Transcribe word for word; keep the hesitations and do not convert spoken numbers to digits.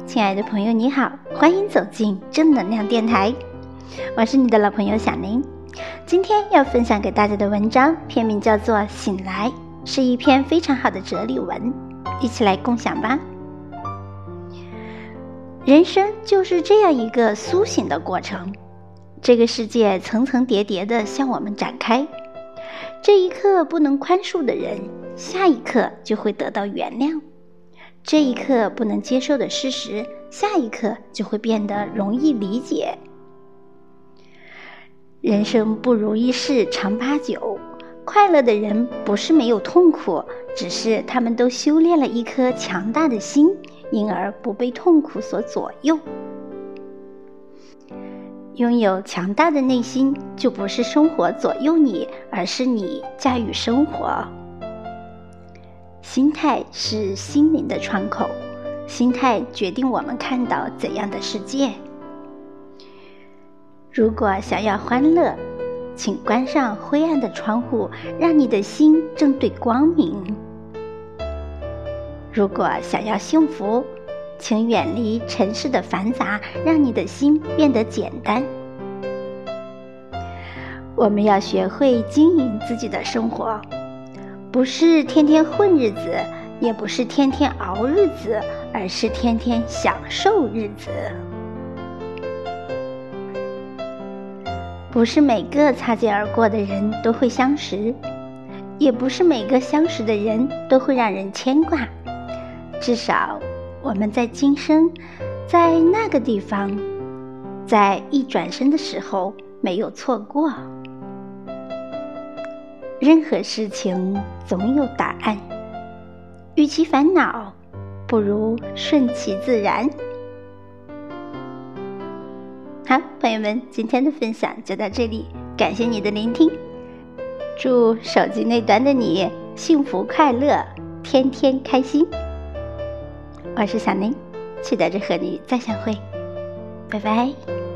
亲爱的朋友，你好，欢迎走进正能量电台，我是你的老朋友小宁。今天要分享给大家的文章篇名叫做《醒来》，是一篇非常好的哲理文，一起来共享吧。人生就是这样一个苏醒的过程，这个世界层层叠叠地向我们展开，这一刻不能宽恕的人，下一刻就会得到原谅，这一刻不能接受的事实，下一刻就会变得容易理解。人生不如意事常八九，快乐的人不是没有痛苦，只是他们都修炼了一颗强大的心，因而不被痛苦所左右。拥有强大的内心，就不是生活左右你，而是你驾驭生活。心态是心灵的窗口，心态决定我们看到怎样的世界。如果想要欢乐，请关上灰暗的窗户，让你的心正对光明。如果想要幸福，请远离尘世的繁杂，让你的心变得简单。我们要学会经营自己的生活，不是天天混日子，也不是天天熬日子，而是天天享受日子。不是每个擦肩而过的人都会相识，也不是每个相识的人都会让人牵挂。至少我们在今生，在那个地方，在一转身的时候没有错过。任何事情总有答案，与其烦恼，不如顺其自然。好，朋友们，今天的分享就到这里，感谢你的聆听。祝手机那端的你幸福快乐，天天开心。我是小宁，期待着和你再相会，拜拜。